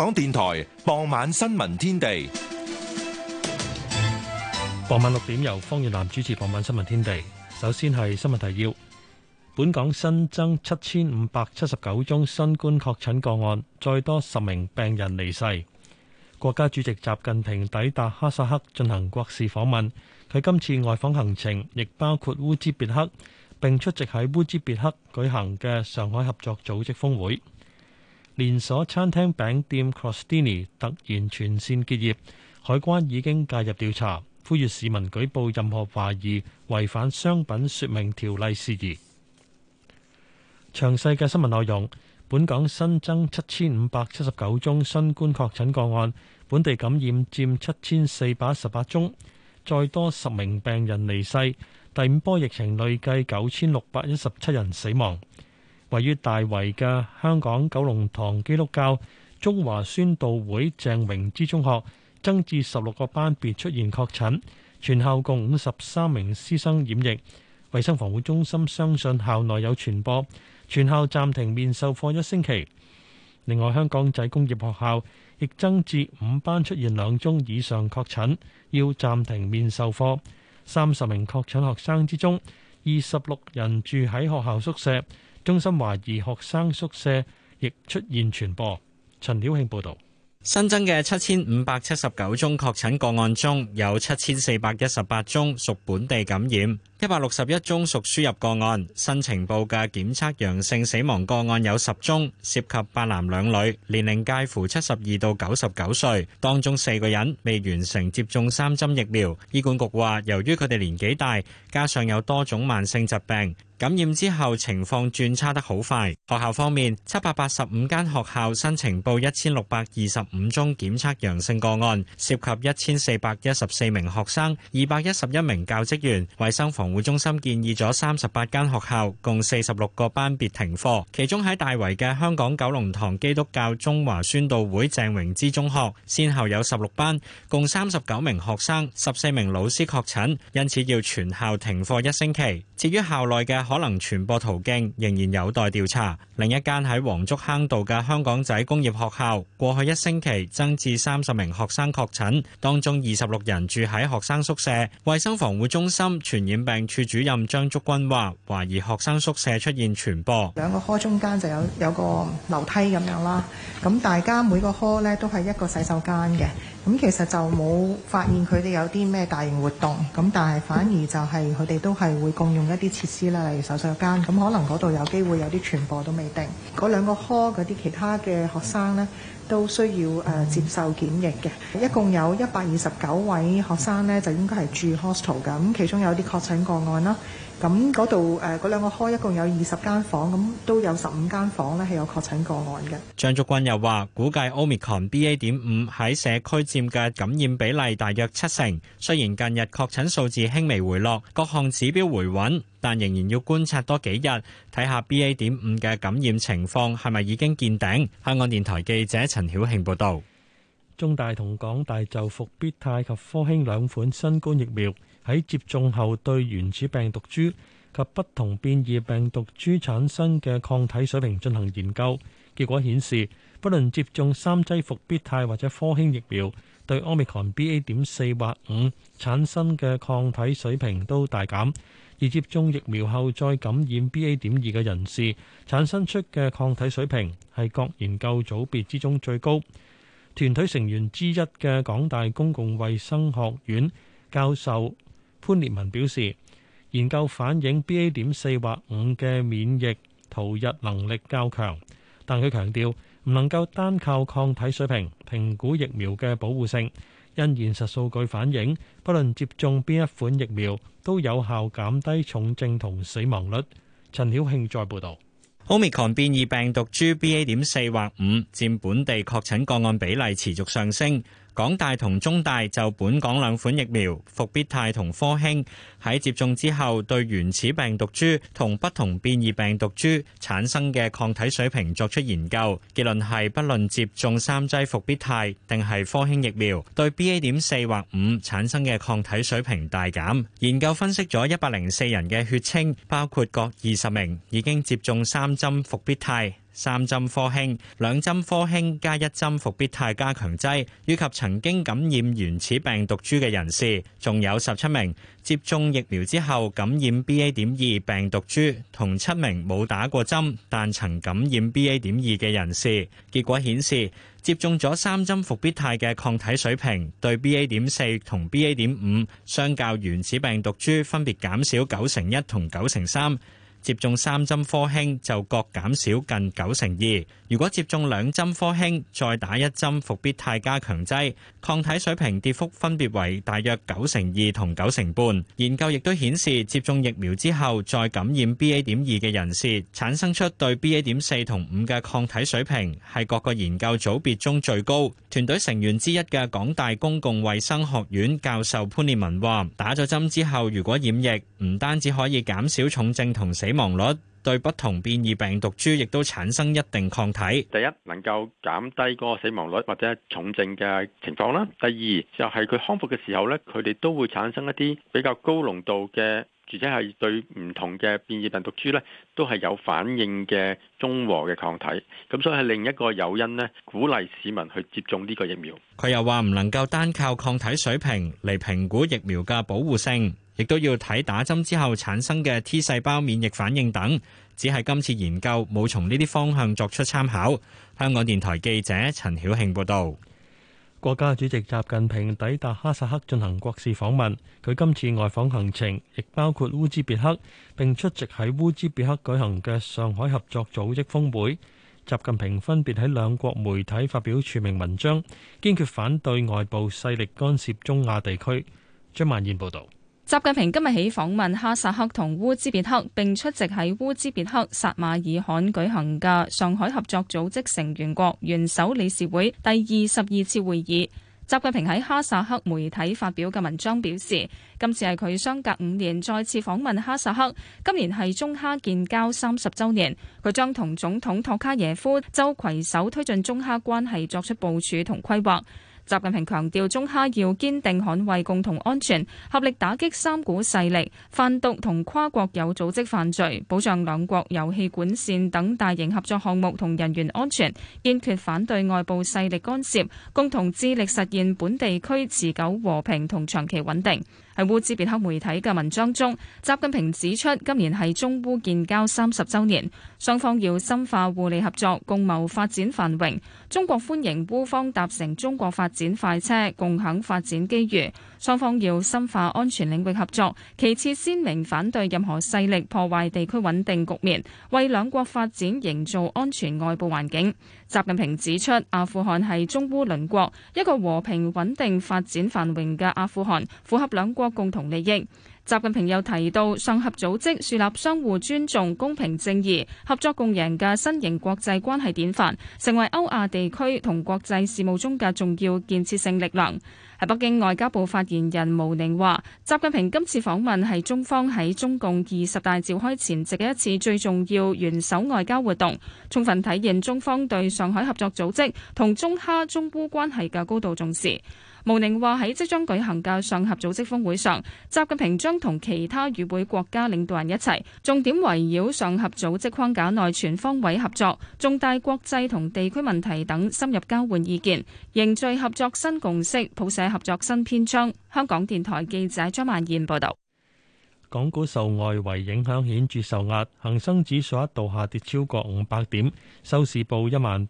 港電台傍晚新聞天地。 傍晚6點由方月南主持傍晚新聞天地。首先係新聞提要。本港新增7579宗新冠確診個案，再多10名病人離世。國家主席習近平抵達哈薩克進行國事訪問，佢今次外訪行程亦包括烏茲別克，並出席喺烏茲別克舉行嘅上海合作組織峰會。連鎖餐廳餅店 Crostini 突然全線結業，海關已經介入調查，呼籲市民舉報任何懷疑違反商品說明條例事宜。詳細嘅新聞內容，本港新增7579宗新冠確診個案，本地感染佔7418宗，再多10名病人離世。第五波疫情累計9617人死亡。位於大圍嘅香港九龍塘基督教中華宣道會鄭榮之中學增至16個班別出現確診，全校共53名師生染疫。衛生防護中心相信校內有傳播，全校暫停面授課1星期。另外，香港仔工業學校亦增至5班出現2宗以上確診，要暫停面授課。30名確診學生之中，26人住喺學校宿舍。中心懷疑學生宿舍亦出現傳播。陳曉慶報導。 新增嘅7579宗確診個案中，有7418宗屬本地感染，161宗屬輸入個案。新呈報嘅檢測陽性死亡個案有10宗，涉及8男2女，年齡介乎72到99歲，當中4個人未完成接種3針疫苗。醫管局話，由於佢哋年紀大，加上有多種慢性疾病，感染之後情況轉差得好快。學校方面，785間學校新呈報1625宗檢測陽性個案，涉及1414名學生、211名教職員。衛生防護中心建議咗38間學校，共46個班別停課。其中喺大圍嘅香港九龍塘基督教中華宣道會鄭榮之中學，先後有16班，共39名學生、14名老師確診，因此要全校停課1星期。至於校內嘅可能傳播途徑仍然有待調查。另一間喺黃竹坑道嘅香港仔工業學校，過去1星期增至30名學生確診，當中26人住喺學生宿舍。衛生防護中心傳染病處主任張竹君話，懷疑學生宿舍出現傳播。 兩個科中間就有個樓梯咁樣啦，咁大家每個科呢都係一個洗手間嘅。咁其實就冇發現佢哋有啲咩大型活動，咁但係反而就係佢哋都係會共用一啲設施啦，例如洗手間，咁可能嗰度有機會有啲傳播都未定。嗰兩個科嗰啲其他嘅學生呢，都需要接受檢疫嘅，一共有129位學生呢，就應該係住 hostel 㗎，咁其中有啲確診個案啦。咁嗰度嗰兩個科一共有20間房，咁都有15間房咧係有確診個案嘅。 張竹君又話，估計 Omicron BA.5 喺社區佔嘅感染比例大約70%。雖然近日確診數字輕微回落，各項指標回穩，但仍然要觀察多幾日，睇下 BA.5 嘅感染情況係咪已經見頂。香港電台記者陳曉慶報導。 中大同港大就復必泰及科興兩款新冠疫苗喺接種後對原始病毒株及不同變異病毒株產生嘅抗體水平進行研究，結果顯示，不論接種3劑復必泰或者科興疫苗，對 Omicron BA.4 或5產生嘅抗體水平都大減，而接種疫苗後再感染 BA.2 嘅人士產生出嘅抗體水平係各研究組別之中最高。團隊成員之一嘅港大公共衛生學院教授潘烈文表示，研究反映 BA.4 或5嘅免疫逃逸能力較強，但佢強調唔能夠單靠抗體水平評估疫苗嘅保護性，因現實數據反映，不論接種邊一款疫苗都有效減低重症同死亡率。陳曉慶再報導。 Omicron 變異病毒株 BA.4 或5佔本地確診個案比例持續上升。港大同中大就本港兩款疫苗復必泰同科興喺接種之後對原始病毒株同不同變異病毒株產生嘅抗體水平作出研究，結論係不論接種3劑復必泰定係科興疫苗，對 BA.4 或5產生嘅抗體水平大減。研究分析咗104人嘅血清，包括各20名已經接種3針復必泰 3針科興、2針科興加1針復必泰加強劑，以及曾經感染原始病毒株嘅人士，仲有17名接種疫苗之後感染 BA.2 病毒株，同7名冇打過針但曾感染 BA.2 嘅人士。結果顯示，接種咗3針復必泰嘅抗體水平對 BA.4 同 BA.5 相較原始病毒株分別減少91%同93%。接種3針科興就各減少近92%。如果接種2針科興，再打1針復必泰加強劑，抗體水平跌幅分別為大約92%同90%。研究亦都顯示，接種疫苗之後再感染 BA.2 嘅人士，產生出對 BA.4 同5嘅抗體水平係各個研究組別中最高。團隊成員之一嘅港大公共衛生學院教授潘烈文話：打咗針之後，如果染疫，唔單止可以減少重症同死亡率，對不同變異病毒株亦都產生一定抗體。 第一，能夠減低嗰個死亡率或者重症嘅情況啦。第二，就係佢康復嘅時候呢，佢哋都會產生一啲比較高濃度嘅，而且係對唔同嘅變異病毒株呢都係有反應嘅中和嘅抗體。咁所以係另一個誘因呢，鼓勵市民去接種呢個疫苗。 佢又話唔能夠單靠抗體水平嚟評估疫苗嘅保護性，亦都要睇打針之後產生嘅 T 細胞免疫反應等，只係今次研究冇從呢啲方向作出參考。香港電台記者陳曉慶報導。 國家主席習近平抵達哈薩克進行國事訪問，佢今次外訪行程亦包括烏茲別克，並出席喺烏茲別克舉行嘅上海合作組織峰會。習近平分別喺兩國媒體發表署名文章，堅決反對外部勢力干涉中亞地區。張曼燕報導。 習近平今日起訪問哈薩克同烏茲別克，並出席喺烏茲別克薩馬爾罕舉行嘅上海合作組織成員國元首理事會第22次會議。習近平喺哈薩克媒體發表嘅文章表示，今次係佢相隔5年再次訪問哈薩克，今年係中哈建交30週年，佢將同總統托卡耶夫就攜手推進中哈關係作出部署同規劃。習近平強調，中哈要堅定捍衛共同安全，合力打擊三股勢力、販毒同跨國有組織犯罪，保障兩國油氣管線等大型合作項目同人員安全，堅決反對外部勢力干涉，共同致力實現本地區持久和平同長期穩定。喺烏茲別克媒體嘅文章中，習近平指出，今年係中烏建交30週年，雙方要深化互利合作，共謀發展繁榮。中國歡迎烏方搭乘中國發展快車，共享發展機遇。雙方要深化安全領域合作，其次鮮明反對任何勢力破壞地區穩定局面，為兩國發展營造安全外部環境。習近平指出，阿富汗係中烏鄰國，一個和平穩定發展繁榮嘅阿富汗符合兩國共同利益。習近平又提到，上合組織樹立相互尊重、公平正義、合作共贏嘅新型國際關係典範，成為歐亞地區同國際事務中嘅重要建設性力量。喺北京，外交部發言人毛寧話，習近平今次訪問係中方喺中共20大召開前夕嘅一次最重要元首外交活動，充分體現中方對上海合作組織同中哈、中烏關係嘅高度重視。毛寧話，喺即將舉行嘅上合組織峰會上，習近平將同其他與會國家領導人一齊，重點圍繞上合組織框架內全方位合作、重大國際同地區問題等深入交換意見，凝聚合作新共識，譜寫合作新篇章。香港電台記者張曼燕報道。 港股受外圍影響顯著受壓，恒生指數一度下跌超過500點，收市報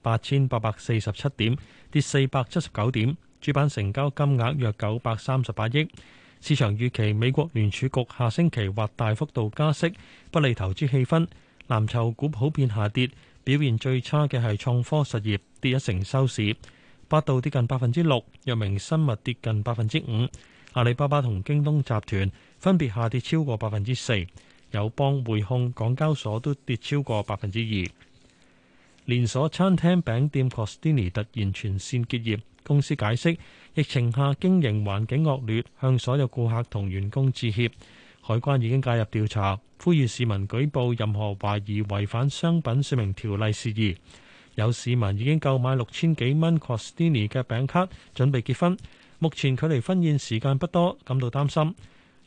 18,847點，跌479點。主板成交金額約938億。市場預期美國聯儲局下星期或大幅度加息，不利投資氣氛。藍籌股普遍下跌，表現最差嘅係創科實業，跌1成收市。百度跌近6%，藥明生物跌近5%。阿里巴巴同京東集團分別下跌超過4%，友邦、匯控、港交所都跌超過2%。連鎖餐廳餅店 Costini 突然全線結業。公司解釋，疫情下經營環境惡劣，向所有顧客同員工致歉。海關已經介入調查，呼籲市民舉報任何懷疑違反商品說明條例事宜。有市民已經購買6000幾蚊 Costini 嘅餅卡，準備結婚。目前距離婚宴時間不多，感到擔心。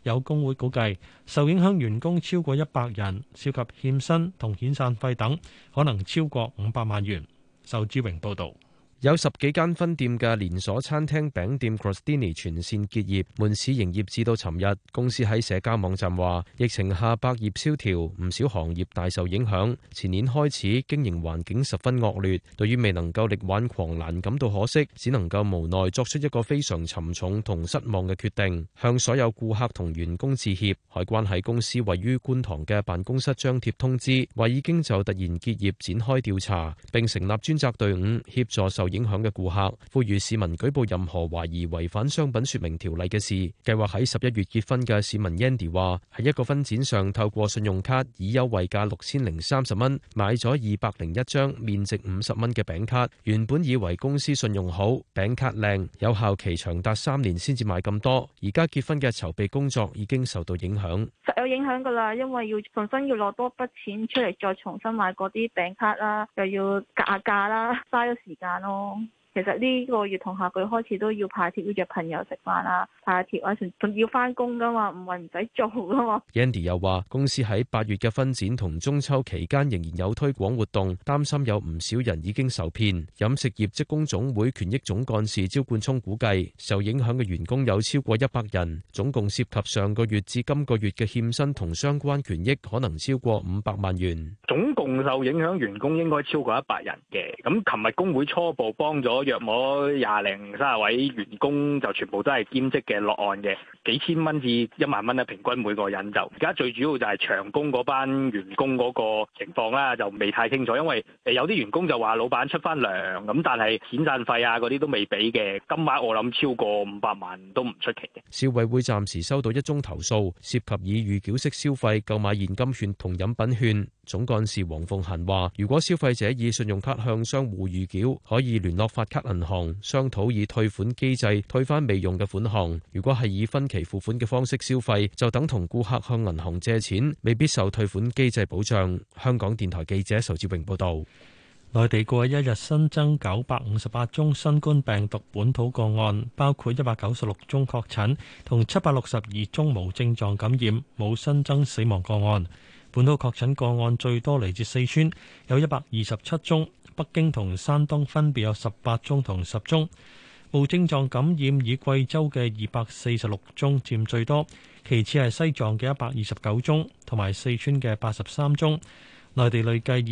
有工會估計，受影響員工超過100人，涉及欠薪同遣散費等，可能超過500萬元。仇志榮報導。 有10幾間分店嘅連鎖餐廳餅店 Crostini 全線結業，門市營業至到尋日。公司喺社交網站話，疫情下百業蕭條，唔少行業大受影響。前年開始經營環境十分惡劣，對於未能夠力挽狂瀾感到可惜，只能夠無奈作出一個非常沉重同失望嘅決定，向所有顧客同員工致歉。海關喺公司位於觀塘嘅辦公室張貼通知，話已經就突然結業展開調查，並成立專責隊伍協助受影響嘅顧客，呼籲市民舉報任何懷疑違反商品說明條例嘅事。計劃喺11月結婚嘅市民 Yandy 話，喺一個分展上透過信用卡以優惠價6030蚊買咗201張面值50蚊嘅餅卡，原本以為公司信用好，餅卡靚，有效期長達3年先至買咁多，而家結婚嘅籌備工作已經受到影響。 實有影響㗎啦，因為要重新要攞多筆錢出嚟，再重新買嗰啲餅卡啦，又要格價啦，嘥咗時間咯。其實呢個月同下個月開始都要派帖，要約朋友食飯啦，派帖啊，仲要翻工噶嘛，唔係唔使做噶嘛。 Andy 又話，公司喺8月嘅分展同中秋期間仍然有推廣活動，擔心有唔少人已經受騙。飲食業職工總會權益總幹事招冠聰估計，受影響嘅員工有超過100人，總共涉及上個月至今個月嘅欠薪同相關權益可能超過500萬元。 總共受影響員工應該超過100人嘅。咁琴日工會初步幫咗約莫20零30位員工，就全部都係兼職嘅落案嘅，幾千蚊至1萬蚊咧，平均每個人就。而家最主要就係長工嗰班員工嗰個情況啦，就未太清楚，因為有啲員工就話老闆出翻糧，咁但係遣散費啊嗰啲都未俾嘅，金額我諗超過500萬都唔出奇嘅。 消委會暫時收到1宗投訴，涉及以預繳式消費購買現金券同飲品券。總幹事黃鳳嫻話，如果消費者以信用卡向商戶預繳，可以聯絡發卡銀行商討以退款機制退翻未用嘅款項。如果係以分期付款嘅方式消費，就等同顧客向銀行借錢，未必受退款機制保障。香港電台記者仇志榮報道。 內地過去一日新增958宗新冠病毒本土個案，包括196宗確診同762宗無症狀感染，冇新增死亡個案。本土確診個案最多嚟自四川，有127宗；北京同山東分別有18宗同10宗。無症狀感染以貴州嘅246宗佔最多，其次係西藏嘅129宗，同埋四川嘅83宗。內地累計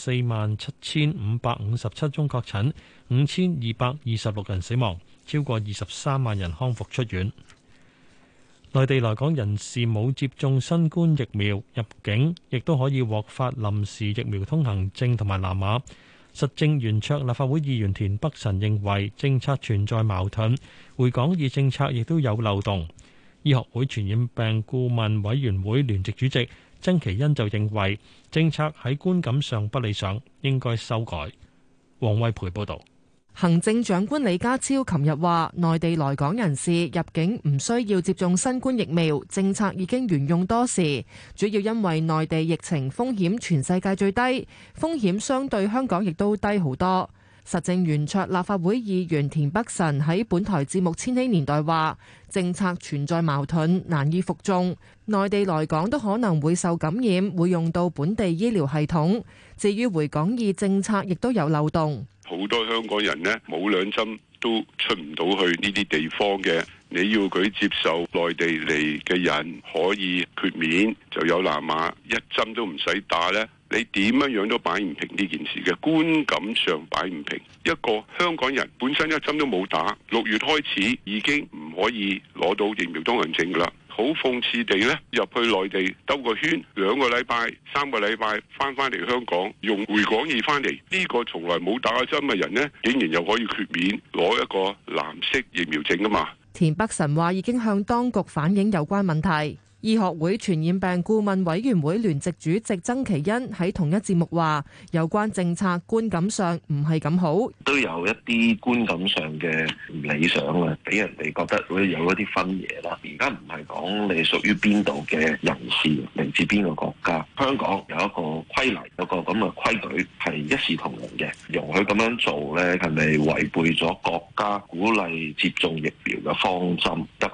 247,557宗確診，5226人死亡，超過23萬人康復出院。內地來港人士冇接種新冠疫苗入境，亦都可以獲發臨時疫苗通行證同埋藍碼。實政圓桌立法會議員田北辰認為政策存在矛盾，回港易政策亦都有漏洞。醫學會傳染病顧問委員會聯席主席曾其恩就認為政策喺觀感上不理想，應該修改。黃惠培報導。 行政長官李家超琴日話，內地來港人士入境唔需要接種新冠疫苗，政策已經沿用多時，主要因為內地疫情風險全世界最低，風險相對香港亦都低好多。實政圓桌立法會議員田北辰喺本台節目《千禧年代》話，政策存在矛盾，難以服眾，內地來港都可能會受感染，會用到本地醫療系統。至於回港易政策亦都有漏洞。 好多香港人呢，冇兩針都出唔到去呢啲地方嘅，你要佢接受內地嚟嘅人可以豁免，就有藍碼，一針都唔使打呢，你點樣都擺唔平呢件事嘅，觀感上擺唔平。一個香港人本身一針都冇打，6月開始已經唔可以攞到疫苗通行證㗎啦。好諷刺地呢，入去內地兜個圈，2個禮拜、3個禮拜翻嚟香港，用回港易翻嚟，呢個從來冇打針嘅人呢，竟然又可以豁免攞一個藍色疫苗證㗎嘛。 田北辰話已經向當局反映有關問題。醫學會傳染病顧問委員會聯席主席曾其恩喺同一節目話，有關政策觀感上唔係咁好， 都有一啲觀感上嘅唔理想啊，俾人哋覺得會有一啲分野啦。而家唔係講你屬於邊度嘅人士，嚟自邊個國家，香港有一個規例，有個咁嘅規矩係一視同仁嘅，容許咁樣做呢，係咪違背咗國家鼓勵接種疫苗嘅方針？特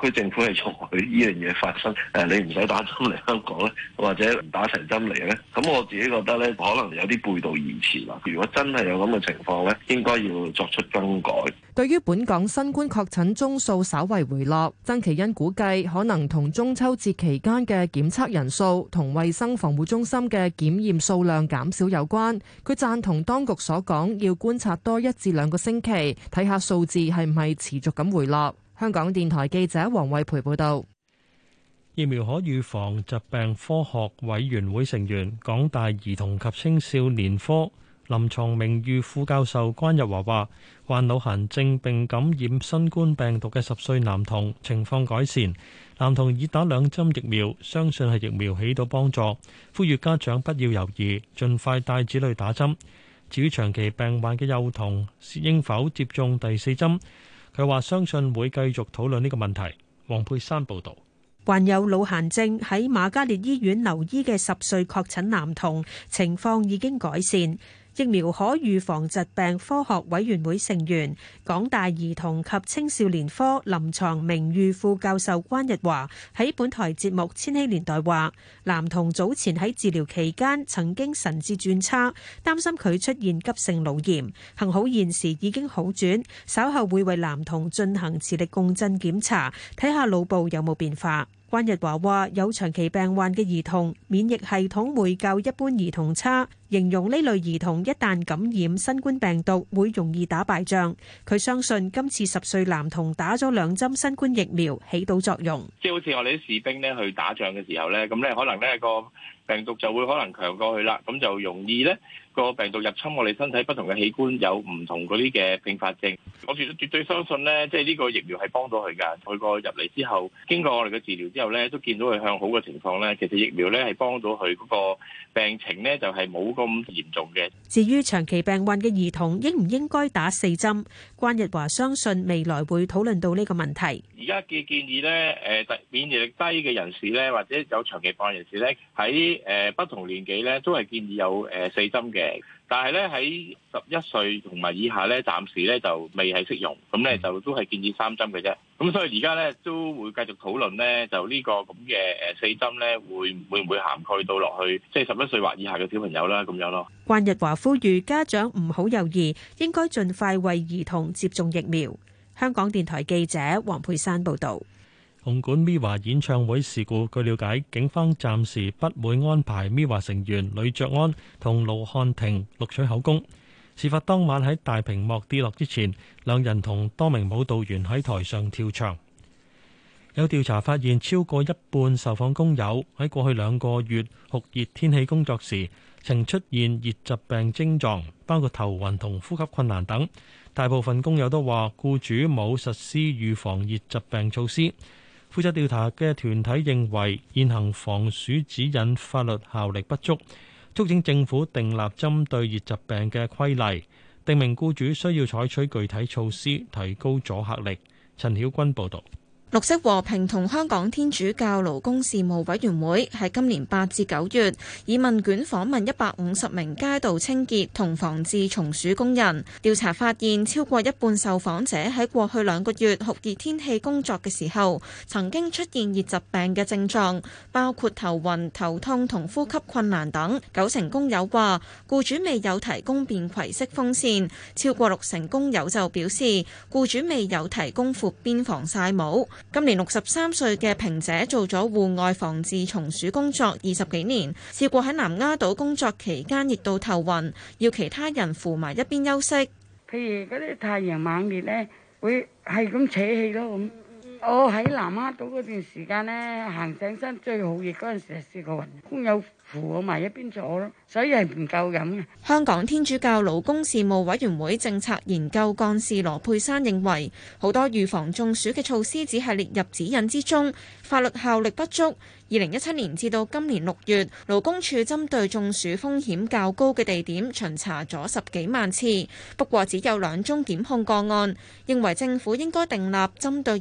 區政府係容許呢樣嘢發生，你唔使打針嚟香港咧，或者唔打成針嚟咧，咁我自己覺得咧，可能有啲背道而馳啦。如果真係有咁嘅情況咧，應該要作出更改。 對於本港新冠確診宗數稍為回落，曾其恩估計可能同中秋節期間嘅檢測人數同衛生防護中心嘅檢驗數量減少有關。佢贊同當局所講，要觀察多1至2個星期，睇下數字係唔係持續咁回落。香港電台記者黃慧培報道。 疫苗可預防疾病科學委員會成員、港大兒童及青少年科臨床名譽副教授關日華話，患腦癇症並感染新冠病毒嘅10歲男童情況改善，男童已打2針疫苗，相信係疫苗起到幫助，呼籲家長不要猶豫，盡快帶子女打針。至於長期病患嘅幼童應否接種第4針，佢話相信會繼續討論呢個問題。黃佩珊報導。 患有腦癇症喺瑪嘉烈醫院留醫嘅10歲確診男童情況已經改善。疫苗可預防疾病科學委員會成員、港大兒童及青少年科臨床名譽副教授關日華喺本台節目《千禧年代》話，男童早前喺治療期間曾經神志轉差，擔心佢出現急性腦炎，幸好現時已經好轉，稍後會為男童進行磁力共振檢查，睇下腦部有冇變化。關日華話：有長期病患嘅兒童免疫系統會較一般兒童差，形容呢類兒童一旦感染新冠病毒會容易打敗仗。佢相信今次10歲男童打咗2針新冠疫苗起到作用。 即係好似我哋啲士兵咧去打仗嘅時候咧，咁咧可能咧個病毒就會可能強過去啦，咁就容易咧個病毒入侵我哋身體不同嘅器官，有唔同嗰啲嘅併發症。我絕對相信咧，即係呢個疫苗係幫到佢㗎。佢個入嚟之後，經過我哋嘅治療之後咧，都見到佢向好嘅情況咧。其實疫苗咧係幫到佢嗰個病情咧，就係冇咁嚴重嘅。 至於長期病患嘅兒童應唔應該打4針，關日華相信未來會討論到呢個問題。 而家嘅建議咧，免疫力低嘅人士咧，或者有長期病患人士咧，喺不同年紀咧，都係建議有4針嘅。但係咧喺11歲同埋以下咧，暫時咧就未係適用，咁咧就都係建議3針嘅啫。咁所以而家咧都會繼續討論咧，就呢個咁嘅4針咧，會唔會涵蓋到落去，即係11歲或以下嘅小朋友啦，咁樣咯。 關日華呼籲家長唔好猶豫，應該盡快為兒童接種疫苗。香港電台記者黃佩珊報導。 紅館 MIRROR 演唱會事故，據了解，警方暫時不會安排 MIRROR 成員呂爵安同盧瀚霆錄取口供。事發當晚喺大屏幕跌落之前，兩人同多名舞蹈員喺台上跳唱。有調查發現，超過一半受訪工友喺過去2個月酷熱天氣工作時，曾出現熱疾病症狀，包括頭暈同呼吸困難等。大部分工友都話，僱主冇實施預防熱疾病措施。負責調查嘅團體認為現行防暑指引法律效力不足，促請政府訂立針對熱疾病嘅規例，訂明僱主需要採取具體措施，提高阻嚇力。陳曉君報導。 綠色和平同香港天主教勞工事務委員會喺今年8至9月以問卷訪問150名街道清潔同防治蟲鼠工人，調查發現超過一半受訪者喺過去2個月酷熱天氣工作嘅時候，曾經出現熱疾病嘅症狀，包括頭暈、頭痛同呼吸困難等。90%工友話僱主未有提供便攜式風扇，超過60%工友就表示僱主未有提供闊邊防曬帽。今年63歲嘅平姐做咗戶外防治蟲鼠工作20幾年，試過喺南丫島工作期間熱到頭暈，要其他人扶埋一邊休息。 譬如嗰啲太陽猛烈咧，會係咁扯氣咯咁。我喺南丫島嗰段時間咧，行上山最好熱嗰陣時，試過暈，工友扶我埋一邊坐咯，所以係唔夠飲嘅。 香港天主教勞工事務委員會政策研究幹事羅佩珊認為，好多預防中暑嘅措施只係列入指引之中，法律效力不足。2017年至到今年6月，勞工處針對中暑風險較高嘅地點巡查咗10幾萬次，不過只有2宗檢控個案。認為政府應該訂立針對熱疾病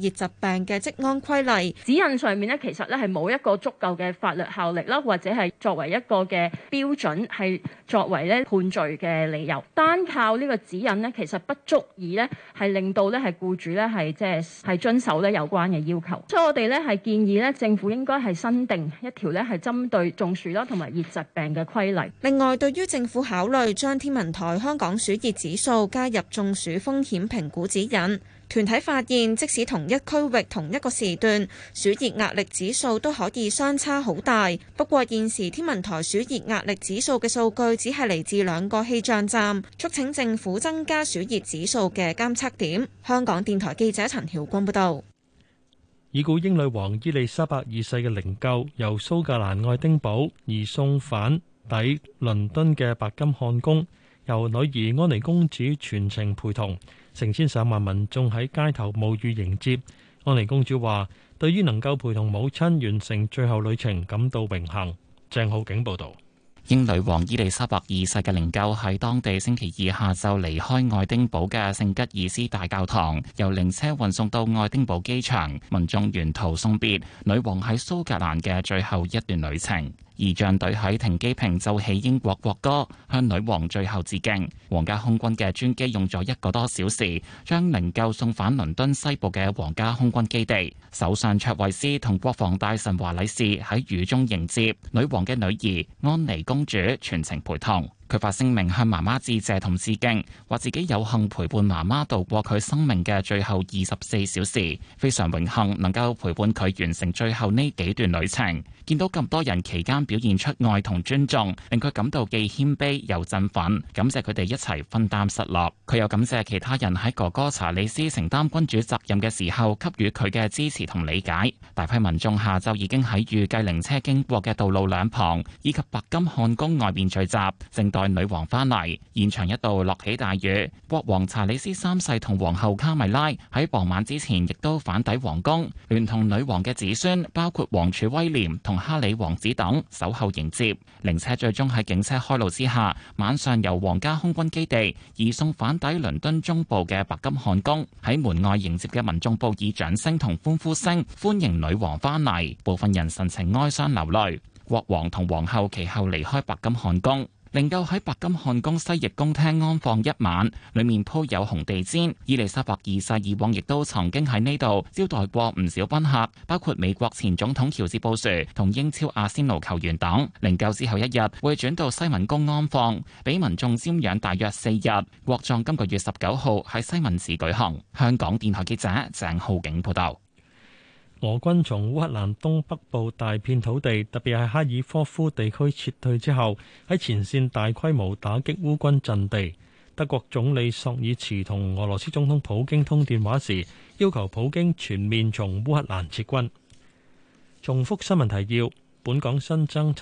病嘅職安規例指引上面咧，其實咧係冇一個足夠嘅法律效力啦，或者係作為一個嘅標準，係作為咧判罪嘅理由。單靠呢個指引咧，其實不足以咧係令到咧係僱主咧係即係遵守咧有關嘅要求。所以我哋咧係建議咧政府應該係新定一條咧係針對中暑啦同埋熱疾病嘅規例。 另外，對於政府考慮將天文台香港暑熱指數加入中暑風險評估指引，團體發現即使同一區域同一個時段，暑熱壓力指數都可以相差好大。不過現時天文台暑熱壓力指數嘅數據只係嚟自2個氣象站，促請政府增加暑熱指數嘅監測點。香港電台記者陳曉君報導。 已故英女王伊麗莎白二世嘅靈柩由蘇格蘭愛丁堡移送返抵倫敦嘅白金漢宮，由女兒安妮公主全程陪同，成千上萬民眾喺街頭冒雨迎接。安妮公主話：對於能夠陪同母親完成最後旅程感到榮幸。鄭浩景報導。 英女王伊麗莎白二世嘅靈柩喺當地星期二下晝離開愛丁堡嘅聖吉爾斯大教堂，由靈車運送到愛丁堡機場，民眾沿途送別女王喺蘇格蘭嘅最後一段旅程。儀仗隊喺停機坪奏起英國國歌，向女王最後致敬。皇家空軍嘅專機用咗1個多小時，將靈柩送返倫敦西部嘅皇家空軍基地。首相卓慧思同國防大臣華禮士喺雨中迎接女王嘅女兒安妮公主，全程陪同。佢發聲明向媽媽致謝同致敬，話自己有幸陪伴媽媽度過佢生命嘅最後24小時，非常榮幸能夠陪伴佢完成最後呢幾段旅程。見到咁多人期間表現出愛同尊重，令佢感到既謙卑又振奮，感謝佢哋一齊分擔失落。佢又感謝其他人喺哥哥查理斯承擔君主責任嘅時候給予佢嘅支持同理解。大批民眾下晝已經喺預計靈車經過嘅道路兩旁以及白金漢宮外面聚集，正待女王返嚟。現場一度落起大雨。國王查理斯3世同皇后卡米拉喺傍晚之前亦都返抵皇宮，聯同女王嘅子孫，包括王儲威廉同哈里王子等守候迎接。靈車最終喺警車開路之下，晚上由皇家空軍基地移送返抵倫敦中部嘅白金漢宮。喺門外迎接嘅民眾報以掌聲同歡呼聲，歡迎女王返嚟。部分人神情哀傷流淚。國王同皇后其後離開白金漢宮。靈柩喺白金漢宮西翼宮廳安放一晚，裏面鋪有紅地氈。伊麗莎白二世以往亦都曾經喺呢度招待過唔少賓客，包括美國前總統喬治布殊同英超阿仙奴球員等。靈柩之後一日會轉到西敏宮安放，俾民眾瞻仰大約4日。國葬今個月19號喺西敏寺舉行。香港電台記者鄭浩景報道。 俄軍從烏克蘭東北部大片土地，特別係哈爾科夫地區撤退之後，喺前線大規模打擊烏軍陣地。德國總理朔爾茨同俄羅斯總統普京通電話時，要求普京全面從烏克蘭撤軍。重複新聞提要：本港新增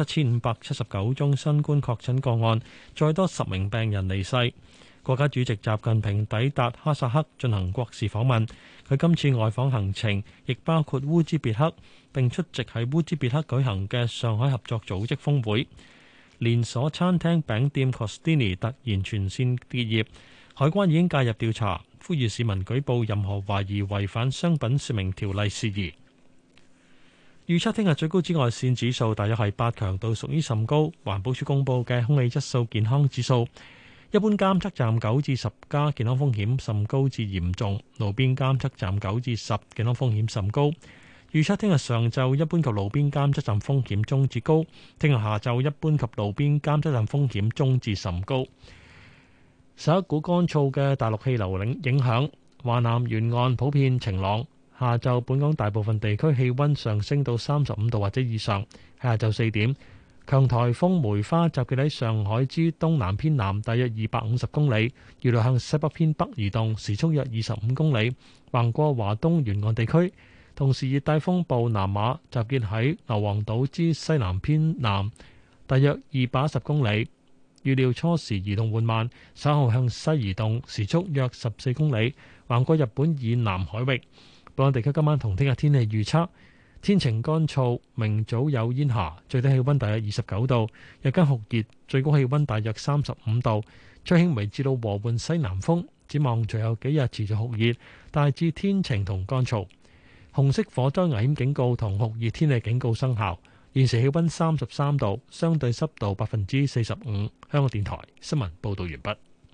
7579宗新冠確診個案，再多10名病人離世。國家主席習近平抵達哈薩克進行國事訪問，佢今次外訪行程亦包括烏茲別克，並出席喺烏茲別克舉行嘅上海合作組織峰會。連鎖餐廳餅店 Costini 突然全線結業，海關已經介入調查，呼籲市民舉報任何懷疑違反商品說明條例事宜。預測聽日最高紫外線指數大約係8，強度屬於甚高。環保署公佈嘅空氣質素健康指數，一般監測站9至10加，健康風險甚高至嚴重；路邊監測站9至10，健康風險甚高。預測聽日上晝一般及路邊監測站風險中至高，聽日下晝一般及路邊監測站風險中至甚高。受一股乾燥嘅大陸氣流影響，華南沿岸普遍晴朗。下晝本港大部分地區氣溫上升到35度或者以上。下晝4點，強颱風梅花集結喺上海之東南偏南大約250公里，預料向西北偏北移動，時速約25公里，橫過華東沿岸地區。同時，熱帶風暴南馬集結喺硫磺島之西南偏南大約210公里，預料初時移動緩慢，稍後向西移動，時速約14公里，橫過日本以南海域。本港地區今晚同聽日天氣預測：天晴乾燥，明早有煙霞，最低氣溫大約29度，日間酷熱，最高氣溫大約35度，吹輕微至到和緩西南風。展望隨後幾日持續酷熱，大致天晴同乾燥。 紅色火災危險警告同酷熱天氣警告生效。現時氣溫33度，相對濕度45%。香港電台新聞報道完畢。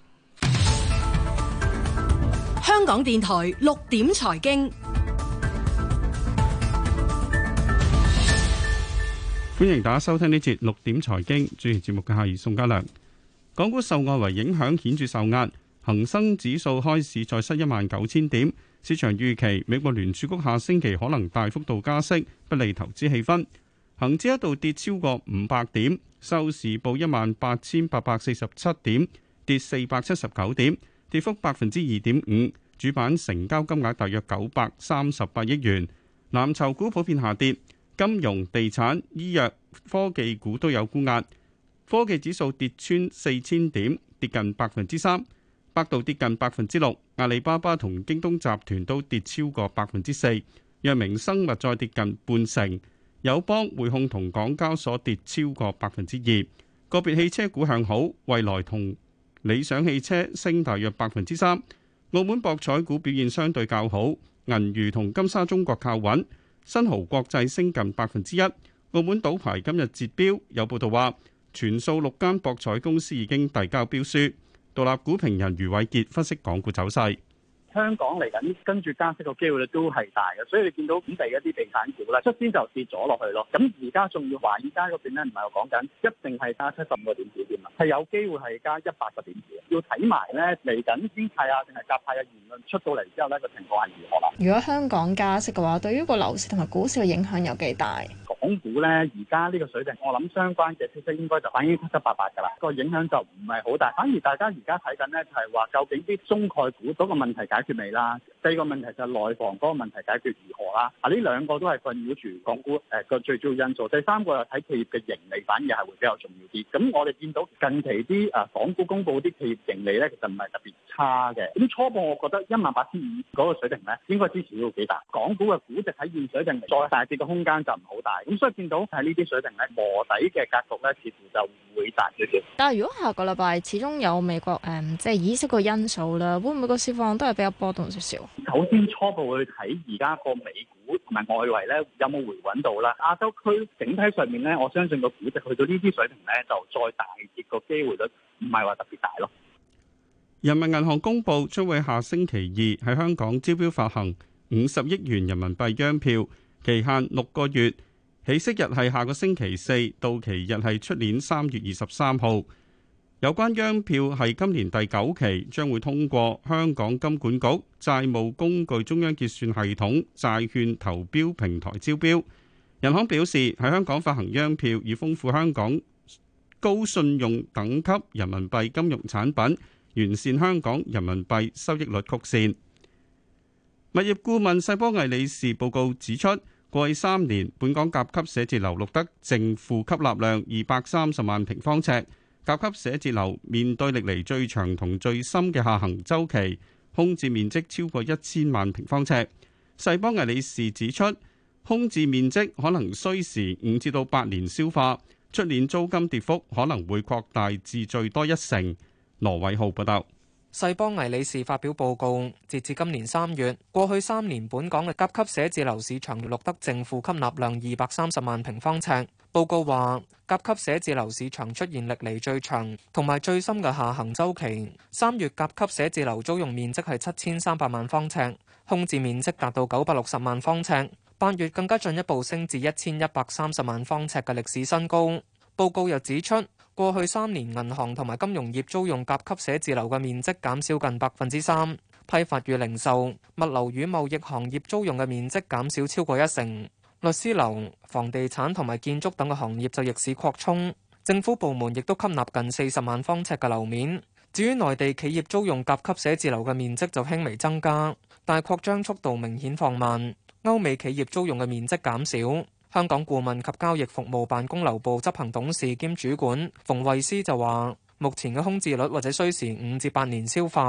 香港電台6點財經， 歡迎大家收聽呢節6點財經，主持節目嘅係宋家良。港股受外圍影響顯著受壓，恒生指數開市再失19000點。市場預期美國聯儲局下星期可能大幅度加息，不利投資氣氛。恒指一度跌超過500點，收市報18847點，跌479點，跌幅2.5%。主板成交金額大約938億元。藍籌股普遍下跌，金融、地產、醫藥、科技股都有沽壓。科技指數跌穿4000點，跌近3%。百度跌近6%，阿里巴巴同京東集團都跌超過4%。藥明生物再跌近半成，友邦、匯控同港交所跌超過2%。個別汽車股向好，蔚來同理想汽車升大約3%。澳門博彩股表現相對較好，銀娛同金沙中國靠穩，新濠國際升近1%。澳門賭牌今日截標，有報道話全數6間博彩公司已經遞交標書。獨立股評人余偉傑分析港股走勢。 香港嚟緊跟住加息個機會率都係大嘅，所以你見到本地一啲地產股咧，率先就跌咗落去咯。咁而家仲要華爾街嗰邊咧，唔係我講緊一定係加75個點子點啊，係有機會係加100個點子。要睇埋咧嚟緊鷹派啊定係鴿派嘅言論出到嚟之後咧，個情況係如何啦？ 如果香港加息嘅話，對於個樓市同埋股市嘅影響有幾大？ 港股咧而家呢個水平，我諗相關嘅消息應該就反映七七八八㗎啦，個影響就唔係好大。反而大家而家睇緊咧就係話，究竟啲中概股嗰個問題解決未啦？第二個問題就係內房嗰個問題解決如何啦？啊，呢兩個都係困擾住港股個最主要因素。第三個又睇企業嘅盈利，反而係會比較重要啲。咁我哋見到近期啲港股公佈啲企業盈利咧，其實唔係特別差嘅。咁初步我覺得18500嗰個水平咧，應該支持到幾大。港股嘅估值喺現水平再大跌嘅空間就唔好大。咁所以見到喺呢啲水平咧，磨底嘅格局咧，似乎就會大少少。 但係如果下個禮拜始終有美國即係議息個因素啦，會唔會個市況都係比較波動少少？ 首先初步去睇而家個美股同埋外圍咧有冇回穩到啦？亞洲區整體上面咧，我相信個估值去到呢啲水平咧，就再大跌個機會率唔係話特別大咯。 人民銀行公布將會下星期二喺香港招標發行50億元人民幣央票，期限6個月，起息日係下個星期4，到期日係出年3月23號。有關央票係今年第9期，將會通過香港金管局債務工具中央結算系統債券投標平台招標。人行表示喺香港發行央票，以豐富香港高信用等級人民幣金融產品，完善香港人民幣收益率曲線。物業顧問世邦魏理仕報告指出，過去3年本港甲級寫字樓錄得淨負吸納量230萬平方尺。甲級寫字樓面對歷嚟最長同最深嘅下行週期，空置面積超過1000萬平方尺。世邦魏理仕指出，空置面積可能需時5至8年消化，出年租金跌幅可能會擴大至最多1成。羅偉浩報道。 世邦魏理仕發表報告，截至今年3月，過去3年本港嘅甲級寫字樓市場錄得淨負吸納量230萬平方尺。報告話，甲級寫字樓市場出現歷嚟最長同埋最深嘅下行週期。3月甲級寫字樓租用面積係7300萬方尺，空置面積達到960萬方尺。8月更加進一步升至1130萬方尺嘅歷史新高。報告又指出，過去3年銀行同埋金融業租用甲級寫字樓嘅面積減少近3%，批發與零售、物流與貿易行業租用嘅面積減少超過1成。律師樓、房地產同埋建築等嘅行業就逆市擴充，政府部門亦都吸納近40萬方尺嘅樓面。至於內地企業租用甲級寫字樓嘅面積就輕微增加，但係擴張速度明顯放慢。歐美企業租用嘅面積減少。香港顧問及交易服務辦公樓部執行董事兼主管馮慧思就話，目前嘅空置率或者需時5至8年消化。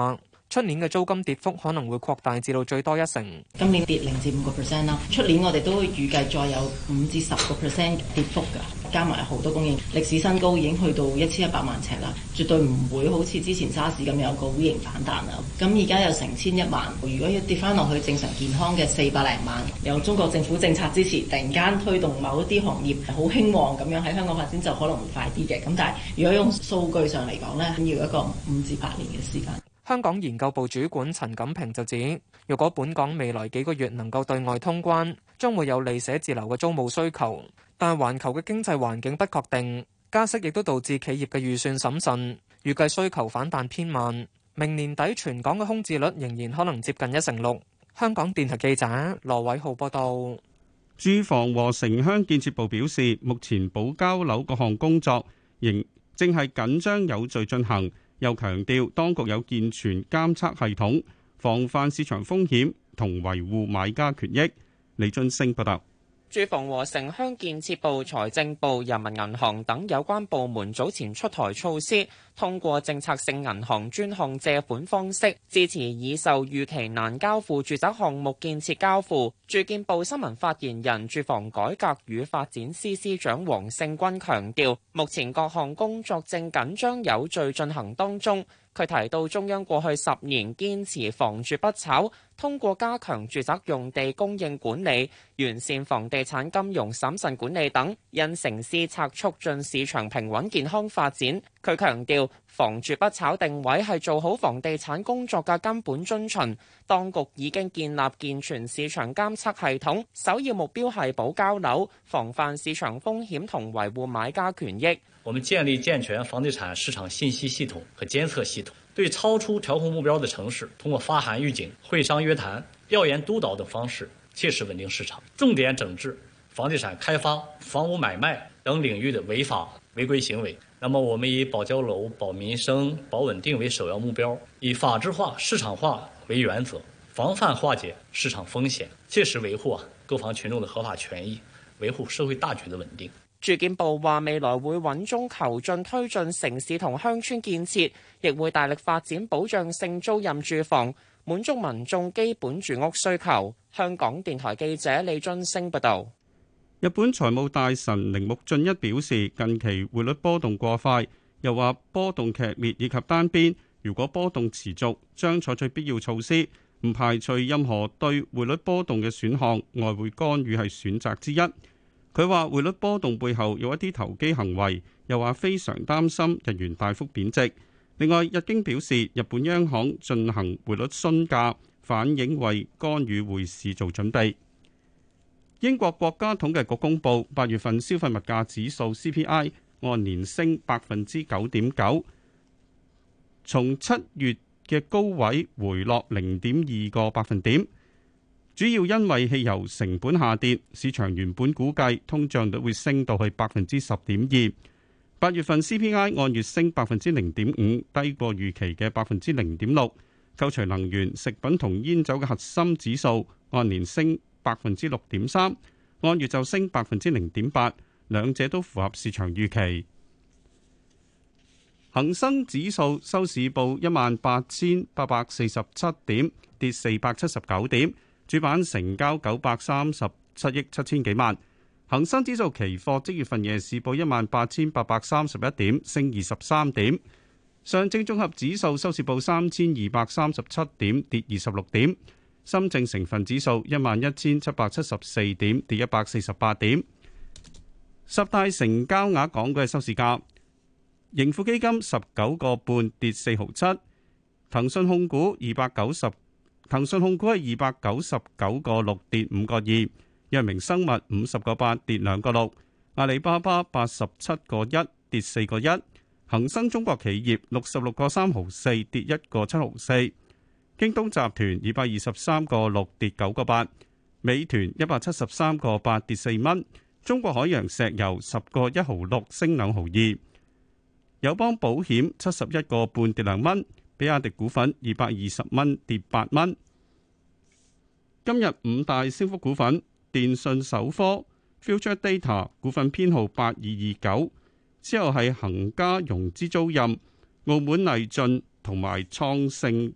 出年嘅租金跌幅可能會擴大至到最多1成。 今年跌0至5%啦，出年我哋都會預計再有5至10%跌幅㗎，加埋好多供應，歷史新高已經去到1100萬尺啦，絕對唔會好似之前沙士咁有個 V 型反彈啦。咁而家有成1100萬，如果要跌翻落去正常健康嘅400零萬，有中國政府政策支持，突然間推動某一啲行業好興旺咁樣喺香港發展，就可能會快啲嘅。咁但係如果用數據上嚟講呢，要一個5至8年嘅時間。 香港研究部主管陳錦平就指，若果本港未來幾個月能夠對外通關，將會有利寫字樓嘅租務需求。但係環球嘅經濟環境不確定，加息亦都導致企業嘅預算審慎，預計需求反彈偏慢。明年底全港嘅空置率仍然可能接近1.6%。香港電台記者羅偉浩報道。 住房和城鄉建設部表示，目前保交樓各項工作仍正係緊張有序進行。又強調，當局有健全監測系統，防範市場風險同維護買家權益。李俊升報道。 住房和城鄉建設部、財政部、人民銀行等有關部門早前出台措施，通過政策性銀行專項借款方式支持已售預期難交付住宅項目建設交付。住建部新聞發言人、住房改革與發展司司長黃勝軍強調，目前各項工作正緊張有序進行當中。佢提到，中央過去10年堅持房住不炒，通過加強住宅用地供應管理、完善房地產金融審慎管理等，因城施策促進市場平穩健康發展。佢強調，房住不炒定位係做好房地產工作嘅根本遵循。當局已經建立健全市場監測系統，首要目標係保交樓，防範市場風險同維護買家權益。 我們建立健全房地產市場信息系統和監測系統，對超出調控目標的城市，通過發函預警、會商約談、調研督導等方式，切實穩定市場，重點整治房地產開發、房屋買賣等領域的違法違規行為。那麼，我們以保交樓、保民生、保穩定為首要目標，以法治化、市場化為原則，防範化解市場風險，切實維護購房群眾的合法權益，維護社會大局的穩定。 住建部話，未來會穩中求進推進城市同鄉村建設，亦會大力發展保障性租賃住房，滿足民眾基本住屋需求。香港電台記者李津升報道。 日本財務大臣鈴木俊一表示，近期匯率波動過快，又話波動劇烈以及單邊，如果波動持續，將採取必要措施，唔排除任何對匯率波動嘅選項，外匯干預係選擇之一。佢話匯率波動背後有一啲投機行為，又話非常擔心日元大幅貶值。另外，日經表示，日本央行進行匯率詢價，反映為干預匯市做準備。英國國家統計局公布8月份消費物價指數 CPI 按年升9.9%，從7月嘅高位回落0.2個百分點。主要因為汽油成本下跌，市場原本估計通脹率會升到去10.2%。8月份 CPI 按月升0.5%，低過預期嘅0.6%。扣除能源、食品同煙酒嘅核心指數按年升6.3%，按月就升0.8%，兩者都符合市場預期。恒生指數收市報18,847點，跌479點。主板成交937億7千幾萬，恒生指數期貨即月份夜市報18,831點，升23點。上證綜合指數收市報3,237點，跌26點。深證成分指數11,774點，跌148點。十大成交額港股嘅收市價，盈富基金19個半跌4毫7，騰訊控股係299個6跌5個2，藥明生物50個8跌2個6，阿里巴巴87個1跌4個1，恒生中國企業66個3毫4跌1個7毫4，京東集團223個6跌9個8，美團173個8跌4蚊，中國海洋石油10個1毫6升2毫2，友邦保險71個半跌2蚊。比亞迪股份220蚊跌8蚊。今日5大升幅股份：電訊首科、Future Data 股份編號8229，之後係恒嘉融資租賃、澳門麗駿同埋創盛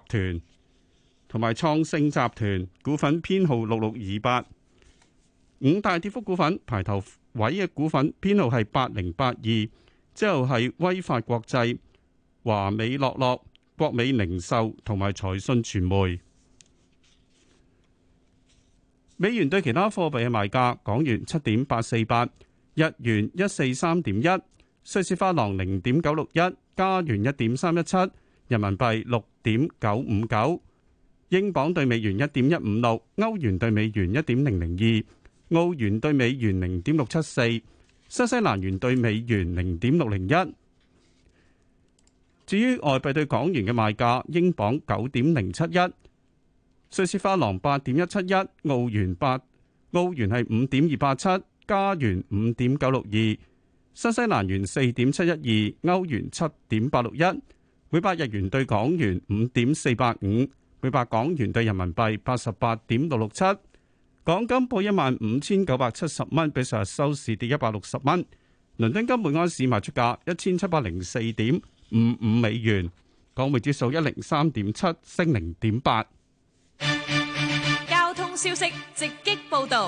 集團股份編號6628。五大跌幅股份排頭位嘅股份編號係8082，之後係威發國際、華美樂樂、國美零售同埋財訊傳媒。美元對其他貨幣嘅賣價：港元7.848，日元143.1，瑞士法郎0.961，加元1.317，人民幣6.959，英鎊對美元1.156，歐元對美元1.002，澳元對美元0.674，新西蘭元對美元0.601。至於外幣對港元嘅賣價，英鎊9.071，瑞士法郎8.171，澳元係5.287，加元5.962，新西蘭元4.712，歐元7.861，每百日元對港元5.485，每百港元對人民幣88.667。港金報15,970蚊，比上日收市跌160蚊。倫敦金每安士賣出價1704.55美元，港匯指數103.7升0.8。 交通消息直擊報道。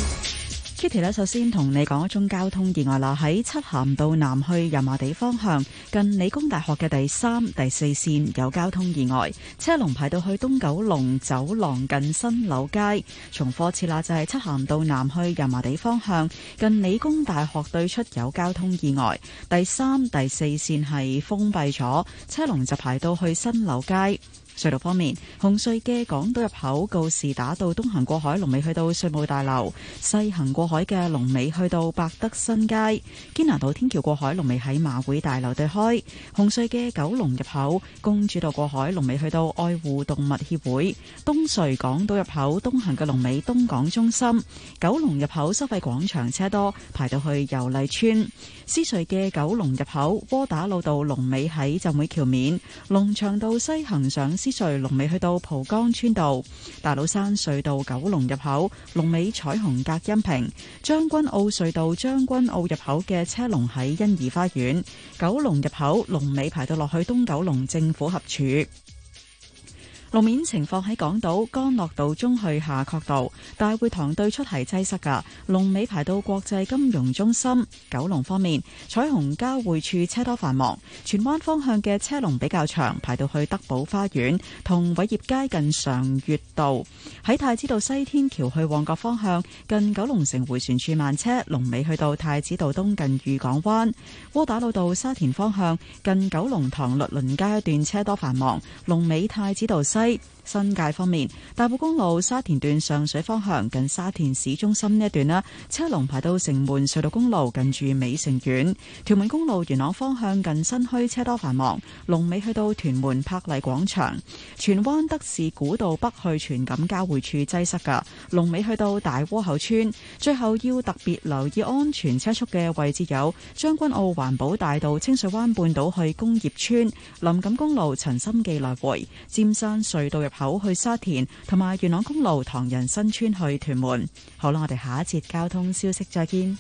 Kitty 咧，首先同你講一宗交通意外啦，喺漆咸道南去油麻地方向，近理工大學嘅第3、第4線有交通意外，車龍排到去東九龍走廊近新柳街。重複次啦，就係漆咸道南去油麻地方向，近理工大學對出有交通意外，第3、第4線係封閉咗，車龍就排到去新柳街。隧道方面，紅隧嘅港島入口告士打道東行過海龍尾去到稅務大樓，西行過海嘅龍尾去到百德新街。堅拿道天橋過海龍尾喺馬會大樓對開。紅隧嘅九龍入口公主道過海龍尾去到愛護動物協會。東隧港島入口東行嘅龍尾東港中心。九龍入口收費廣場車多，排到去油麗邨。獅隧嘅九龍入口窩打老道龍尾喺浸會橋面。龍翔道西行上獅隧龍尾去到蒲崗村道。大老山隧道九龍入口龍尾彩虹隔音屏。將軍澳隧道將軍澳入口嘅車龍喺欣怡花園。九龍入口龍尾排到落去東九龍政府合署。路面情況喺港島干諾道中去夏慤道大會堂對出係擠塞噶，龍尾排到國際金融中心。九龍方面，彩虹交匯處車多繁忙，荃灣方向嘅車龍比較長，排到去德寶花園同偉業街近常悅道。喺太子道西天橋去旺角方向，近九龍城迴旋處慢車，龍尾去到太子道東近裕港灣。窩打老道沙田方向近九龍塘律倫街一段車多繁忙，龍尾太子道西。新界方面，大埔公路沙田段上水方向近沙田市中心呢一段啦，車龍排到城門隧道公路近住美城苑。屯門公路元朗方向近新墟車多繁忙，龍尾去到屯門柏麗廣場。荃灣德士古道北去荃錦交匯處擠塞噶，龍尾去到大窩口村。最後要特別留意安全車速嘅位置有將軍澳環保大道清水灣半島去工業村、林錦公路陳心記來回、尖山隧道入口去沙田，同埋元朗公路唐人新村去屯門。好啦，我哋下一節交通消息再見。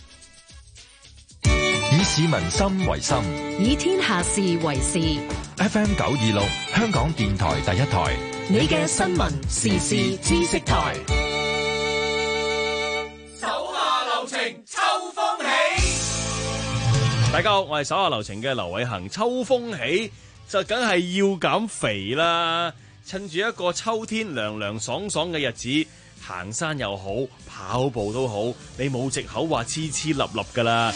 以市民心為心， 以天下事為事。 FM 926，香港電台第一台， 你嘅新聞時事知識台。 手下留情，秋風起。 大家好，我係手下留情嘅劉偉恒。秋風起就梗係要減肥啦。趁住一個秋天涼涼爽爽嘅日子，行山又好，跑步都好，你冇藉口話黐黐立立噶啦。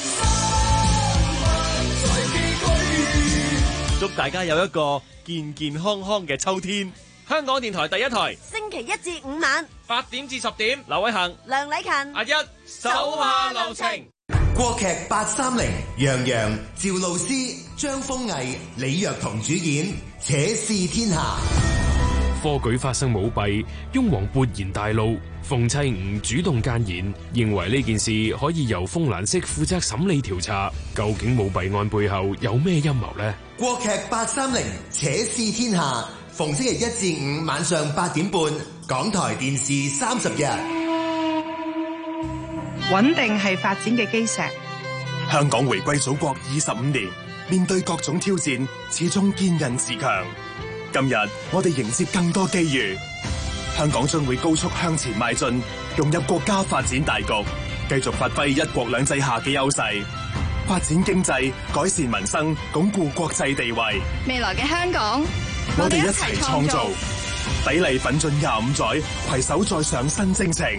祝大家有一個健健康康嘅秋天。香港電台第一台， 星期1至5晚 8點至10點，劉偉恒、 梁禮勤、 阿一，手下留情。 國劇830，楊洋、趙露思、張豐毅、李若彤主演《且試天下》。 科舉發生舞弊，雍王勃然大怒，馮妻吳主動諫言，認為呢件事可以由風蘭色負責審理調查。究竟舞弊案背後有咩陰謀呢？ 國劇830，且試天下，逢星期1至5晚上8點半，港台電視30日。 穩定係發展嘅基石。 香港回歸祖國25年， 面對各種挑戰，始終堅韌自強。今日我哋迎接更多機遇，香港將會高速向前邁進，融入國家發展大局，繼續發揮一國兩制下嘅優勢，發展經濟，改善民生，鞏固國際地位。 未來嘅香港， 我哋一齊創造，砥礪奮進25載，攜手再上新征程。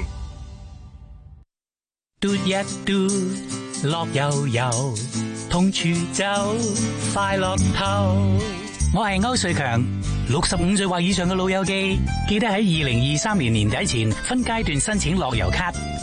嘟一嘟，樂悠悠，同處走，快樂透。我係歐瑞強，65歲或以上嘅老友記，記得喺2023年年底前分階段申請樂悠咭。